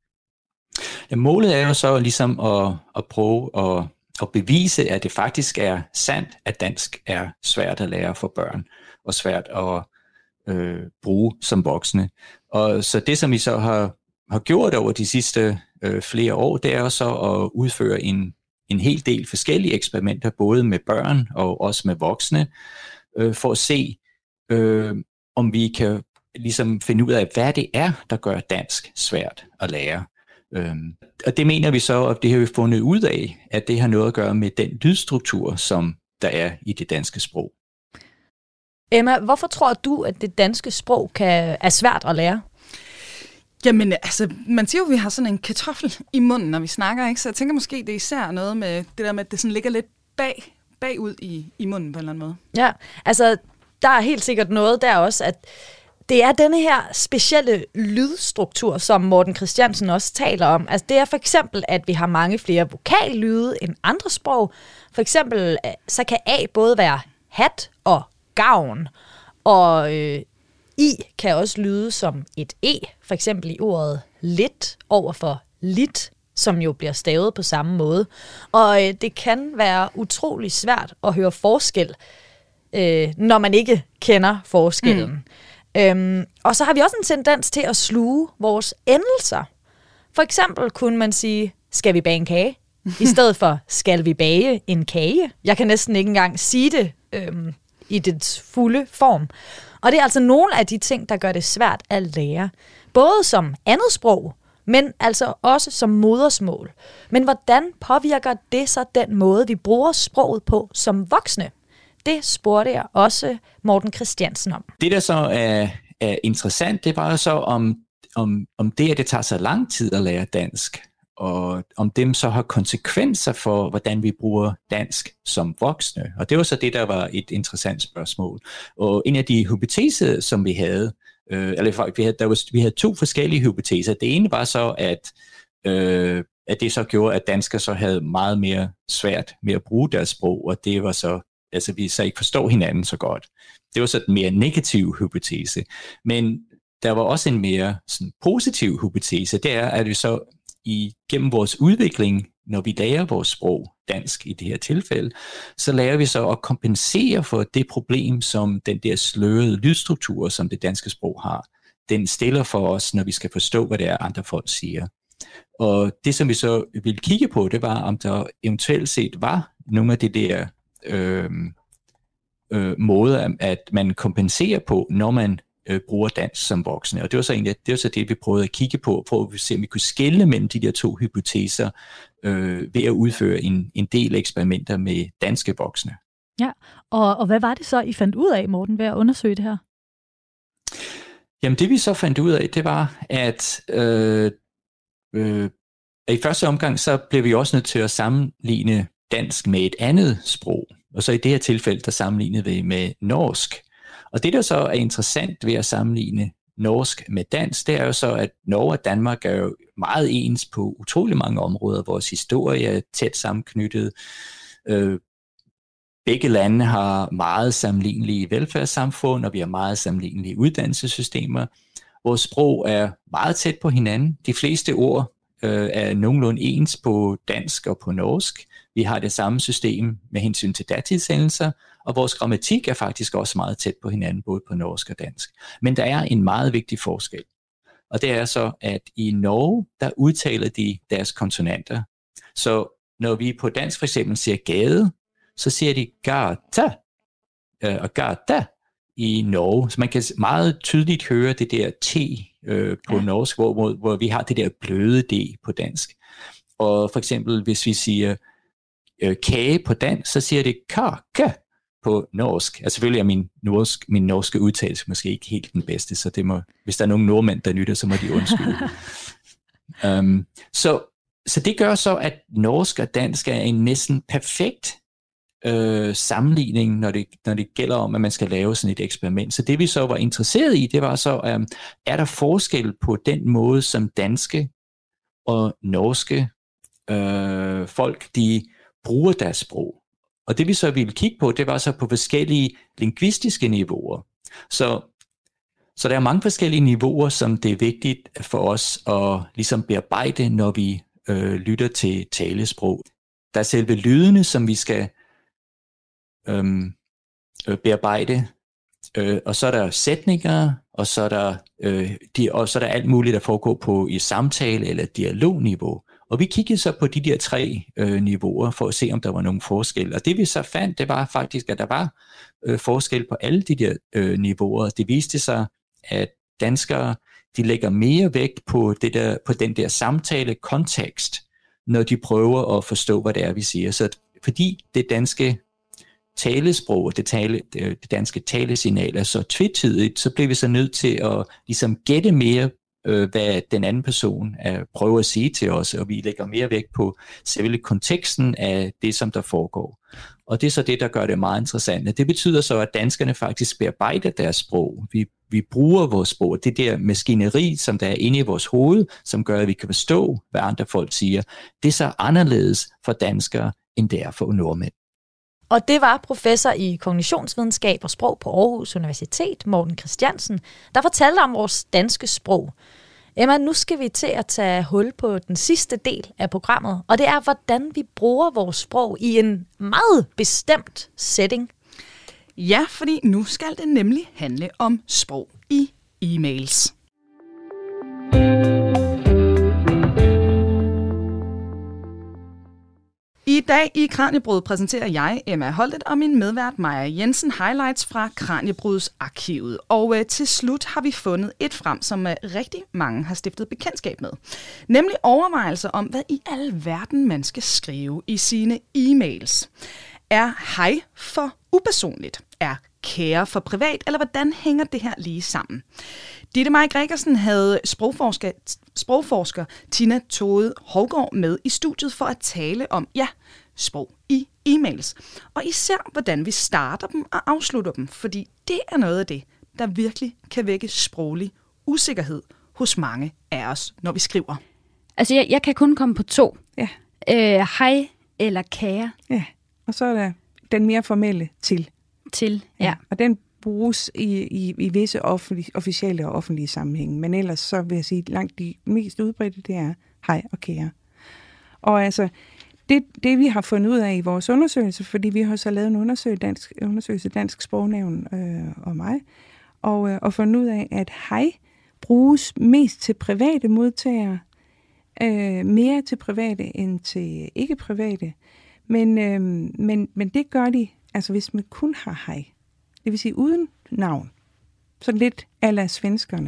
Ja, målet er jo så ligesom at prøve at bevise, at det faktisk er sandt, at dansk er svært at lære for børn, og svært at bruge som voksne. Og så det, som vi så har gjort over de sidste flere år, det er så at udføre en hel del forskellige eksperimenter, både med børn og også med voksne, for at se, om vi kan ligesom finde ud af, hvad det er, der gør dansk svært at lære. Og det mener vi så, og det har vi fundet ud af, at det har noget at gøre med den lydstruktur, som der er i det danske sprog. Emma, hvorfor tror du, at det danske sprog er svært at lære? Jamen, altså, man siger jo, at vi har sådan en kartoffel i munden, når vi snakker, ikke? Så jeg tænker måske, det er især noget med det der med, at det sådan ligger lidt bagud i munden på en eller anden måde. Ja, altså, der er helt sikkert noget der også, at det er denne her specielle lydstruktur, som Morten Christiansen også taler om. Altså, det er for eksempel, at vi har mange flere vokallyde end andre sprog. For eksempel, så kan A både være hat og gavn, og I kan også lyde som et E, for eksempel i ordet lidt over for lit, som jo bliver stavet på samme måde. Og det kan være utrolig svært at høre forskel, når man ikke kender forskellen. Og så har vi også en tendens til at sluge vores endelser. For eksempel kunne man sige, skal vi bage en kage? I stedet for, skal vi bage en kage? Jeg kan næsten ikke engang sige det i dets fulde form. Og det er altså nogle af de ting, der gør det svært at lære. Både som andet sprog, men altså også som modersmål. Men hvordan påvirker det så den måde, vi bruger sproget på som voksne? Det spurgte jeg også Morten Christiansen om. Det, der så er interessant, det var så om det, at det tager så lang tid at lære dansk, og om dem så har konsekvenser for, hvordan vi bruger dansk som voksne. Og det var så det, der var et interessant spørgsmål. Og en af de hypoteser, som vi havde, vi havde to forskellige hypoteser. Det ene var så, at det så gjorde, at danskere så havde meget mere svært med at bruge deres sprog, og det var så, altså vi så ikke forstår hinanden så godt. Det var så en mere negativ hypotese. Men der var også en mere sådan, positiv hypotese. Det er, at vi så gennem vores udvikling, når vi lærer vores sprog, dansk i det her tilfælde, så lærer vi så at kompensere for det problem, som den der slørede lydstruktur, som det danske sprog har, den stiller for os, når vi skal forstå, hvad det er, andre folk siger. Og det, som vi så ville kigge på, det var, om der eventuelt set var nogle af de der måder, at man kompenserer på, når man bruger dansk som voksne. Og det var så egentlig, det var så det, vi prøvede at kigge på, for at se, om vi kunne skelne mellem de der to hypoteser ved at udføre en del eksperimenter med danske voksne. Ja, og hvad var det så, I fandt ud af, Morten, ved at undersøge det her? Jamen det vi så fandt ud af, det var, at i første omgang, så blev vi også nødt til at sammenligne dansk med et andet sprog. Og så i det her tilfælde, der sammenlignede vi med norsk. Og det, der så er interessant ved at sammenligne norsk med dansk, det er jo så, at Norge og Danmark er jo meget ens på utrolig mange områder. Vores historie er tæt sammenknyttet. Begge lande har meget sammenlignelige velfærdssamfund, og vi har meget sammenlignelige uddannelsessystemer. Vores sprog er meget tæt på hinanden. De fleste ord er nogenlunde ens på dansk og på norsk. Vi har det samme system med hensyn til datidsendelser, og vores grammatik er faktisk også meget tæt på hinanden, både på norsk og dansk. Men der er en meget vigtig forskel, og det er så, at i Norge, der udtaler de deres konsonanter. Så når vi på dansk for eksempel siger gade, så siger de gata og gata i Norge. Så man kan meget tydeligt høre det der T på norsk, hvor vi har det der bløde D på dansk. Og for eksempel, hvis vi siger kage på dansk, så siger det kake på norsk. Altså selvfølgelig er min norske udtalelse måske ikke helt den bedste, så det må, hvis der er nogen nordmænd, der lytter, så må de undskylde. Så det gør så, at norsk og dansk er en næsten perfekt sammenligning, når det gælder om, at man skal lave sådan et eksperiment. Så det vi så var interesseret i, det var så, er der forskel på den måde, som danske og norske folk, de bruger deres sprog. Og det vi så ville kigge på, det var så på forskellige lingvistiske niveauer. Så der er mange forskellige niveauer, som det er vigtigt for os at ligesom bearbejde, når vi lytter til talesprog. Der er selve lydene, som vi skal bearbejde, og så er der sætninger, og så er der alt muligt, der foregår på i samtale- eller dialogniveau. Og vi kiggede så på de der 3 niveauer, for at se, om der var nogen forskel. Og det vi så fandt, det var faktisk, at der var forskel på alle de der niveauer. Det viste sig, at danskere, de lægger mere vægt på den der samtale-kontekst, når de prøver at forstå, hvad det er, vi siger. Så fordi det danske talesprog og det danske talesignal er så tvetydigt, så bliver vi så nødt til at ligesom gætte mere, hvad den anden person prøver at sige til os, og vi lægger mere vægt på selve konteksten af det, som der foregår. Og det er så det, der gør det meget interessant. Det betyder så, at danskerne faktisk bearbejder deres sprog. Vi bruger vores sprog. Det der maskineri, som der er inde i vores hoved, som gør, at vi kan forstå, hvad andre folk siger. Det er så anderledes for danskere, end det er for nordmænd. Og det var professor i kognitionsvidenskab og sprog på Aarhus Universitet, Morten Christiansen, der fortalte om vores danske sprog. Emma, nu skal vi til at tage hul på den sidste del af programmet, og det er, hvordan vi bruger vores sprog i en meget bestemt setting. Ja, fordi nu skal det nemlig handle om sprog i e-mails. I dag i Kraniebrud præsenterer jeg, Emma Holtet, og min medvært Maja Jensen highlights fra Kranjebrudsarkivet. Og til slut har vi fundet et frem, som rigtig mange har stiftet bekendtskab med. Nemlig overvejelser om, hvad i alverden man skal skrive i sine e-mails. Er hej for upersonligt? Er kære for privat? Eller hvordan hænger det her lige sammen? Ditte Maj Gregersen havde sprogforsker Tina Tode Hovgaard med i studiet for at tale om, sprog i e-mails. Og især, hvordan vi starter dem og afslutter dem, fordi det er noget af det, der virkelig kan vække sproglig usikkerhed hos mange af os, når vi skriver. Altså, jeg kan kun komme på 2. Ja. Hej eller kære. Ja, og så er der den mere formelle til. Ja. Og den bruges i visse officielle og offentlige sammenhænge. Men ellers så vil jeg sige, langt de mest udbredte, det er hej og kære. Og altså, det vi har fundet ud af i vores undersøgelse, fordi vi har så lavet en undersøgelse Dansk Sprognævn og mig, og fundet ud af, at hej bruges mest til private modtagere, mere til private end til ikke-private. Men det gør de, altså hvis man kun har hej. Det vil sige uden navn. Så lidt a la svenskerne.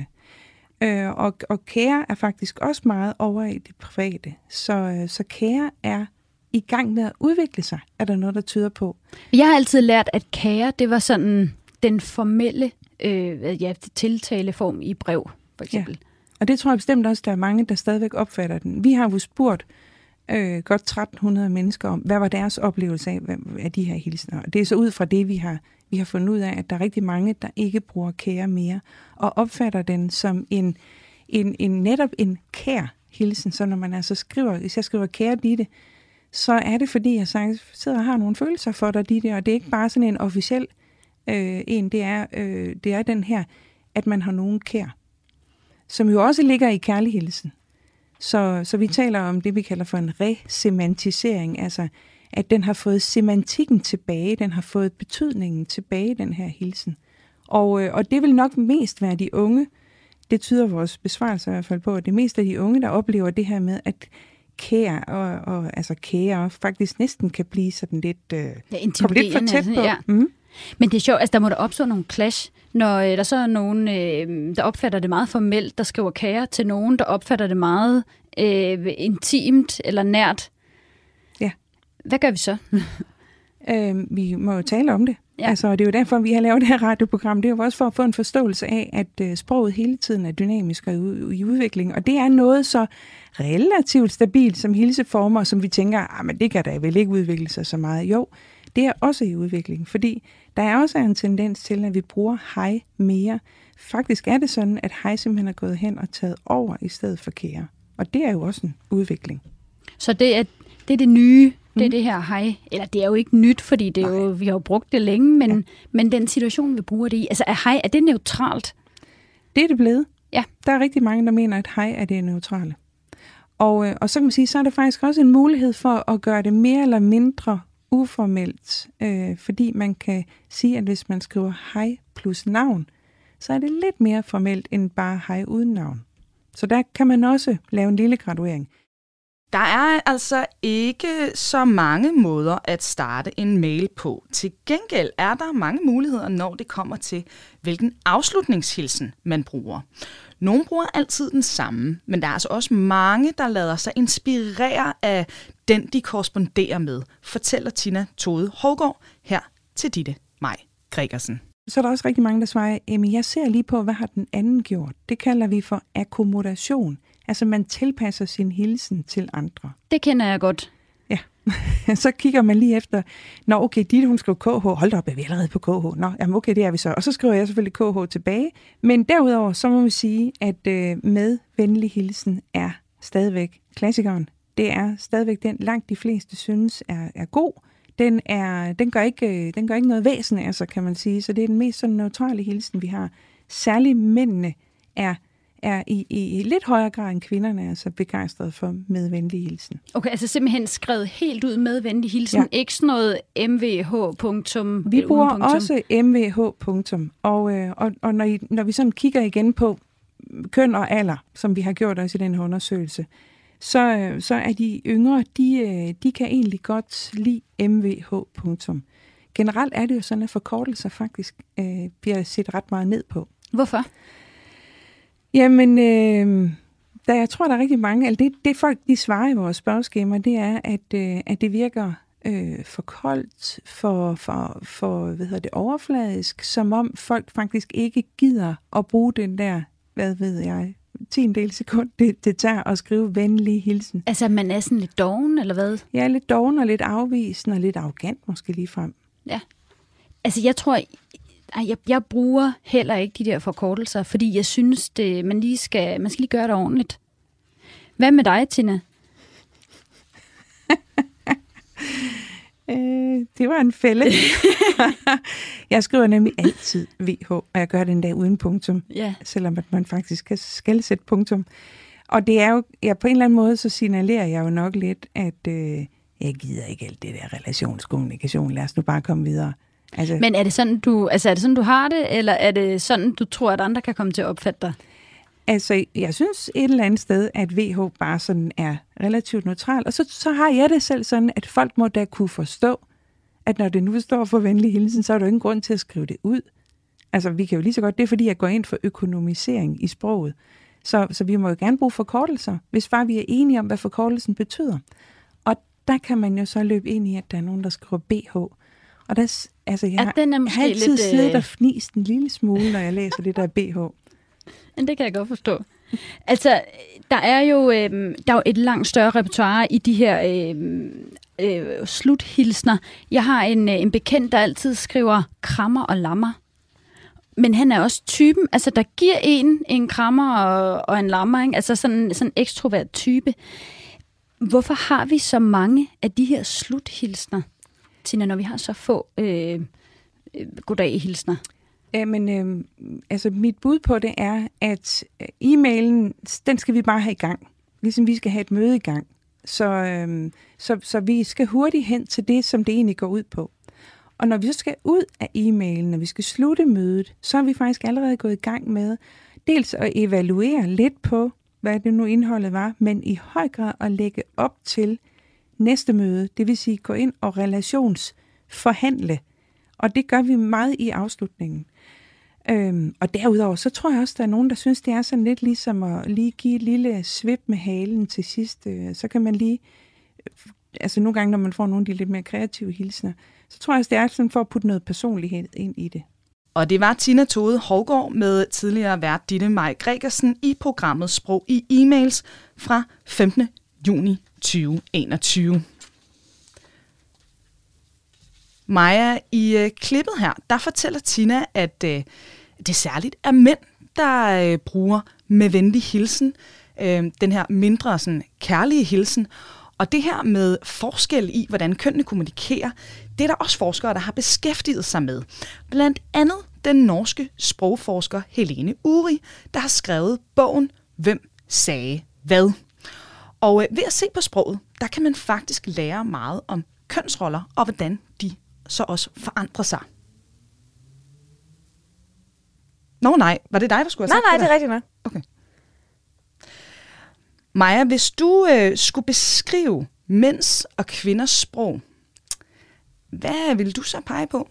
Og kære er faktisk også meget over i det private. Så kære er i gang med at udvikle sig, er der noget, der tyder på. Jeg har altid lært, at kære, det var sådan den formelle tiltaleform i brev, for eksempel. Ja. Og det tror jeg bestemt også, der er mange, der stadigvæk opfatter den. Vi har jo spurgt godt 1300 mennesker om, hvad var deres oplevelse af de her hilsener. Og det er så ud fra det, vi har fundet ud af, at der er rigtig mange, der ikke bruger kære mere, og opfatter den som netop en kær hilsen. Så når man altså skriver, hvis jeg skriver kære Ditte, så er det fordi, jeg sidder og har nogle følelser for dig, Ditte, og det er ikke bare sådan en officiel en, det er den her, at man har nogen kær, som jo også ligger i kærlighilsen. Så vi taler om det, vi kalder for en resemantisering, altså at den har fået semantikken tilbage, den har fået betydningen tilbage, den her hilsen. Og det vil nok mest være de unge, det tyder vores besvarelse i hvert fald på, at det mest af de unge, der oplever det her med, at kære og altså kære faktisk næsten kan blive sådan lidt, komme lidt for tæt på. Ja. Mm. Men det er sjovt, altså der må der opstå nogle clash, når der så er nogen, der opfatter det meget formelt, der skriver kære til nogen, der opfatter det meget intimt eller nært. Ja. Hvad gør vi så? Vi må jo tale om det. Ja. Altså, det er jo derfor, vi har lavet det her radioprogram. Det er jo også for at få en forståelse af, at sproget hele tiden er dynamisk og i udvikling. Og det er noget så relativt stabilt som hilseformer, som vi tænker, men det kan da vel ikke udvikle sig så meget. Jo, det er også i udvikling, fordi der er også en tendens til, at vi bruger hej mere. Faktisk er det sådan, at hej simpelthen er gået hen og taget over i stedet for kære. Og det er jo også en udvikling. Så det er det nye, det er det her hej. Eller det er jo ikke nyt, fordi det er jo, vi har jo brugt det længe, men den situation, vi bruger det i, altså hej, er det neutralt? Det er det blevet. Ja. Der er rigtig mange, der mener, at hej er det neutrale. Og så kan man sige, så er der faktisk også en mulighed for at gøre det mere eller mindre uformelt, fordi man kan sige, at hvis man skriver hej plus navn, så er det lidt mere formelt end bare hej uden navn. Så der kan man også lave en lille graduering. Der er altså ikke så mange måder at starte en mail på. Til gengæld er der mange muligheder, når det kommer til, hvilken afslutningshilsen man bruger. Nogle bruger altid den samme, men der er altså også mange, der lader sig inspirere af den, de korresponderer med, fortæller Tina Tode Hougaard her til Ditte Maj Gregersen. Så er der også rigtig mange, der svarer, at jeg ser lige på, hvad har den anden gjort. Det kalder vi for akkommodation. Altså man tilpasser sin hilsen til andre. Det kender jeg godt. Ja, så kigger man lige efter, okay, Ditte, hun skriver KH, hold da op, er vi allerede på KH? Jamen okay, det er vi så. Og så skriver jeg selvfølgelig KH tilbage. Men derudover, så må vi sige, at med venlig hilsen er stadigvæk klassikeren. Det er stadigvæk den, langt de fleste synes er god. Den gør ikke noget væsen af sig, kan man sige. Så det er den mest sådan neutrale hilsen, vi har. Særligt mændene er i lidt højere grad end kvinderne altså begejstrede for med venlig hilsen. Okay, altså simpelthen skrevet helt ud med venlig hilsen, ikke sådan noget mvh. Vi bruger også mvh. Og når vi sådan kigger igen på køn og alder, som vi har gjort også i den undersøgelse, så er de yngre, de kan egentlig godt lide mvh. Generelt er det jo sådan, at forkortelser faktisk bliver set ret meget ned på. Hvorfor? Jamen, jeg tror, der er rigtig mange, altså det folk, de svarer i vores spørgeskema, det er, at det virker for koldt, for overfladisk, som om folk faktisk ikke gider at bruge den der, 10 sekund, det tager at skrive venlig hilsen. Altså, man er sådan lidt doven, eller hvad? Ja, lidt doven og lidt afvisende og lidt arrogant måske ligefrem. Ja. Altså, jeg tror, jeg bruger heller ikke de der forkortelser, fordi jeg synes, man skal lige gøre det ordentligt. Hvad med dig, Tina? Det var en fælde. Jeg skriver nemlig altid VH, og jeg gør det en dag uden punktum, selvom at man faktisk skal sætte punktum. Og det er jo, på en eller anden måde, så signalerer jeg jo nok lidt, at jeg gider ikke alt det der relationskommunikation. Lad os nu bare komme videre. Altså, men er det sådan, du har det, eller er det sådan, du tror, at andre kan komme til at opfatte dig? Altså, jeg synes et eller andet sted, at VH bare sådan er relativt neutral. Og så har jeg det selv sådan, at folk må da kunne forstå, at når det nu står for venlig hilsen, så er der jo ingen grund til at skrive det ud. Altså, vi kan jo lige så godt, det er fordi, jeg går ind for økonomisering i sproget. Så vi må jo gerne bruge forkortelser, hvis bare vi er enige om, hvad forkortelsen betyder. Og der kan man jo så løbe ind i, at der er nogen, der skriver BH. Og der, altså, jeg har altid siddet og fnist en lille smule, når jeg læser det der BH. Men det kan jeg godt forstå. Altså, der er jo et langt større repertoire i de her sluthilsner. Jeg har en bekendt, der altid skriver krammer og lammer. Men han er også typen, altså der giver en krammer og en lammer, ikke? Altså sådan en ekstrovert type. Hvorfor har vi så mange af de her sluthilsner, Tina, når vi har så få goddag-hilsner? Men altså mit bud på det er, at e-mailen, den skal vi bare have i gang. Ligesom vi skal have et møde i gang. Så vi skal hurtigt hen til det, som det egentlig går ud på. Og når vi så skal ud af e-mailen, når vi skal slutte mødet, så er vi faktisk allerede gået i gang med dels at evaluere lidt på, hvad det nu indholdet var, men i høj grad at lægge op til næste møde. Det vil sige gå ind og relationsforhandle. Og det gør vi meget i afslutningen. Og derudover, så tror jeg også, der er nogen, der synes, det er sådan lidt ligesom at lige give et lille svip med halen til sidst. Så kan man lige altså nogle gange, når man får nogle af de lidt mere kreative hilsner, så tror jeg også, det er sådan for at putte noget personlighed ind i det. Og det var Tina Tode Hovgaard med tidligere vært Ditte Maj Gregersen i programmet Sprog i e-mails fra 15. juni 2021. Maja, i klippet her, der fortæller Tina, at det særligt er mænd, der bruger med venlig hilsen, den her mindre sådan, kærlige hilsen. Og det her med forskel i, hvordan kønnene kommunikerer, det er der også forskere, der har beskæftiget sig med. Blandt andet den norske sprogforsker Helene Uri, der har skrevet bogen Hvem sagde hvad? Og ved at se på sproget, der kan man faktisk lære meget om kønsroller og hvordan de så også forandrer sig. Nej, var det dig, der skulle have sagt Nej, det er rigtigt nok. Okay. Maja, hvis du skulle beskrive mænds og kvinders sprog, hvad vil du så pege på?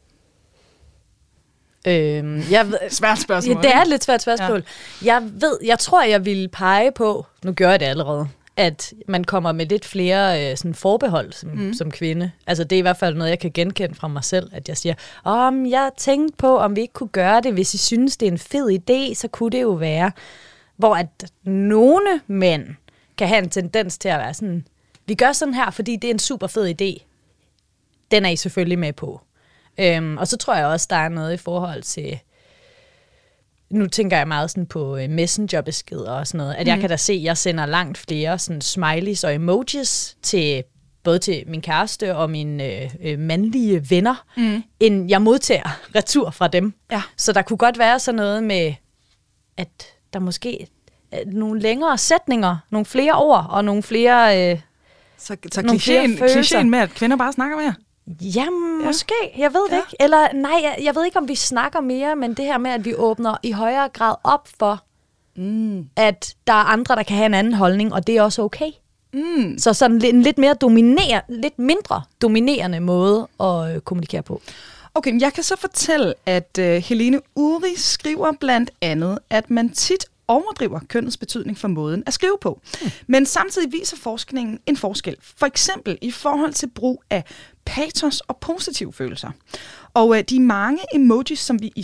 Svært spørgsmål. Ja, det er et lidt svært spørgsmål. Ja. Jeg tror, jeg ville pege på, nu gør jeg det allerede, at man kommer med lidt flere sådan forbehold som kvinde. Altså det er i hvert fald noget, jeg kan genkende fra mig selv, at jeg siger, jeg tænkte på, om vi ikke kunne gøre det, hvis I synes, det er en fed idé, så kunne det jo være. Hvor at nogle mænd kan have en tendens til at være sådan, vi gør sådan her, fordi det er en super fed idé. Den er I selvfølgelig med på. Og så tror jeg også, der er noget i forhold til, nu tænker jeg meget sådan på messengerbeskeder og sådan noget, at jeg kan da se, at jeg sender langt flere sådan smileys og emojis til både til min kæreste og mine mandlige venner, end jeg modtager retur fra dem. Ja. Så der kunne godt være sådan noget med, at der måske er nogle længere sætninger, nogle flere ord og nogle flere så klichéen med, at kvinder bare snakker mere? Ja, måske. Jeg ved det ikke. Eller nej, jeg ved ikke, om vi snakker mere, men det her med, at vi åbner i højere grad op for, at der er andre, der kan have en anden holdning, og det er også okay. Så sådan en lidt mindre dominerende måde at kommunikere på. Okay, jeg kan så fortælle, at Helene Uri skriver blandt andet, at man tit overdriver kønnets betydning for måden at skrive på. Men samtidig viser forskningen en forskel. For eksempel i forhold til brug af patos og positive følelser. Og de mange emojis,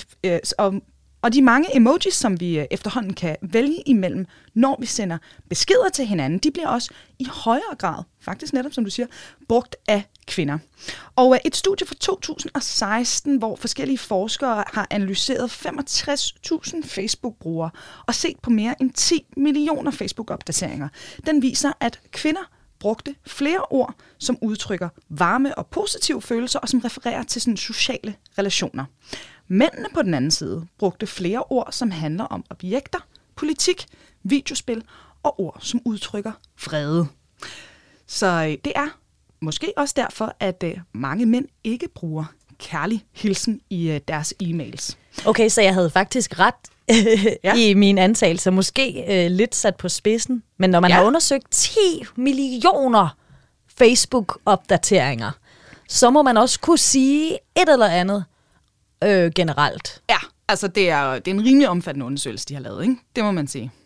som vi efterhånden kan vælge imellem, når vi sender beskeder til hinanden, de bliver også i højere grad, faktisk netop som du siger, brugt af kvinder. Og et studie fra 2016, hvor forskellige forskere har analyseret 65.000 Facebook-brugere og set på mere end 10 millioner Facebook-opdateringer, den viser, at kvinder brugte flere ord, som udtrykker varme og positive følelser, og som refererer til sådan sociale relationer. Mændene på den anden side brugte flere ord, som handler om objekter, politik, videospil og ord, som udtrykker vrede. Så det er måske også derfor, at mange mænd ikke bruger kærlig hilsen i deres e-mails. Okay, så jeg havde faktisk ret i min antagelse, måske lidt sat på spidsen. Men når man har undersøgt 10 millioner Facebook-opdateringer, så må man også kunne sige et eller andet generelt. Ja, altså det er en rimelig omfattende undersøgelse, de har lavet, ikke? Det må man sige.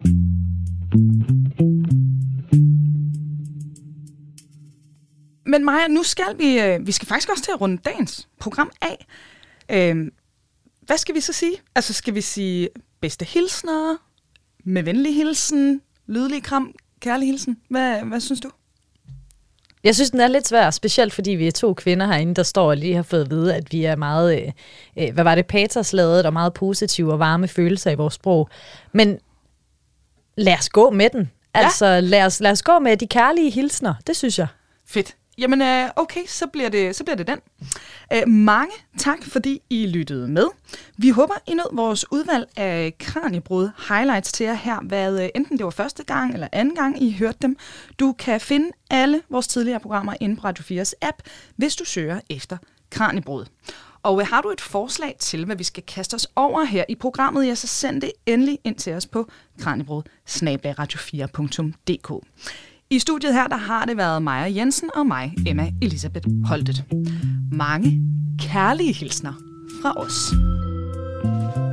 Men Maja, nu skal vi skal faktisk også til at runde dagens program af. Hvad skal vi så sige? Altså skal vi sige bedste hilsner, med venlig hilsen, lydelig kram, kærlig hilsen? Hvad synes du? Jeg synes, den er lidt svær, specielt fordi vi er 2 kvinder herinde, der står og lige har fået at vide, at vi er meget, patosladet og meget positive og varme følelser i vores sprog. Men lad os gå med den. Altså lad os gå med de kærlige hilsner, det synes jeg. Fedt. Jamen okay, så bliver det den. Mange tak, fordi I lyttede med. Vi håber, I nød vores udvalg af Kraniebrud highlights til jer her, hvad enten det var første gang eller anden gang, I hørte dem. Du kan finde alle vores tidligere programmer inde på Radio 4's app, hvis du søger efter Kraniebrud. Og har du et forslag til, hvad vi skal kaste os over her i programmet, ja, så send det endelig ind til os på kraniebrud@radio4.dk. I studiet her, der har det været Maja Jensen og mig, Emma Elisabeth Holtet. Mange kærlige hilsner fra os.